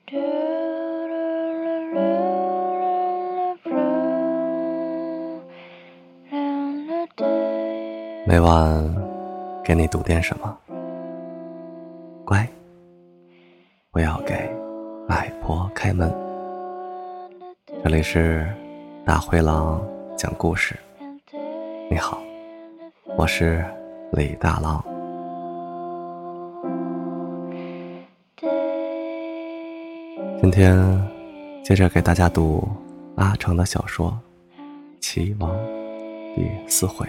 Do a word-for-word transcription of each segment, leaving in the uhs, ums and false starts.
每晚给你读点什么，乖，我要给外婆开门。这里是大灰狼讲故事。你好，我是李大狼。今天接着给大家读阿城的小说《棋王》第四回。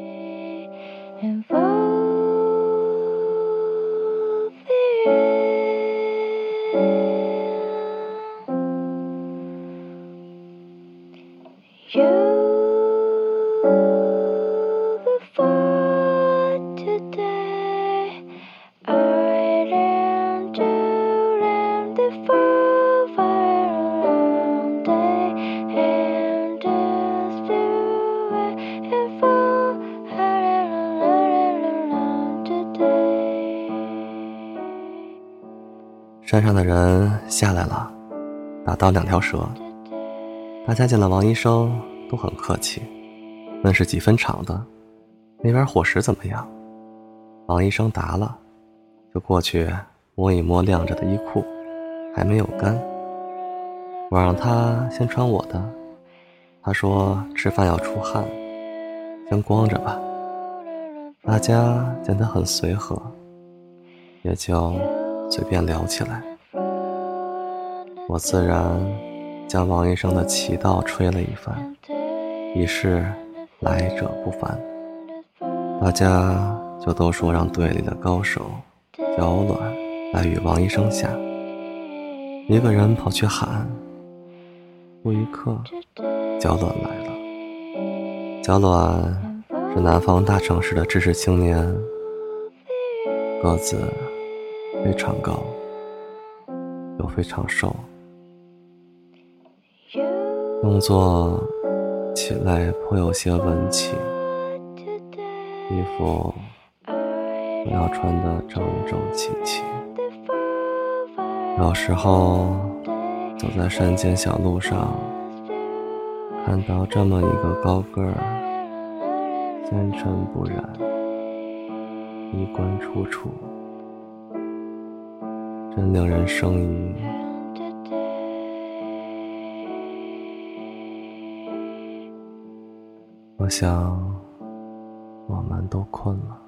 山上的人下来了，打到两条蛇。大家见了王医生都很客气，问是几分场的，那边伙食怎么样。王医生答了，就过去摸一摸晾着的衣裤，还没有干。我让他先穿我的，他说吃饭要出汗，先光着吧。大家见他很随和，也就随便聊起来。我自然将王医生的棋道吹了一番，以示来者不凡。大家就都说让队里的高手焦卵来与王医生下。一个人跑去喊，不一刻焦卵来了。焦卵是南方大城市的知识青年，个子非常高又非常瘦，动作起来颇有些文气，衣服都要穿得整整齐齐。有时候走在山间小路上，看到这么一个高个儿，纤尘不染，衣冠楚楚，真令人生疑。我想我们都困了，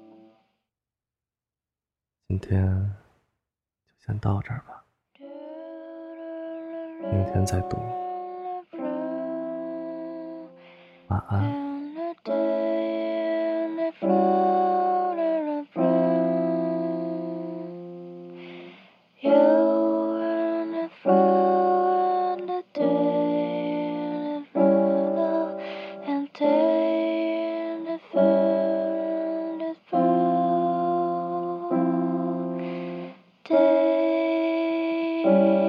今天就先到这儿吧，明天再读。晚安。day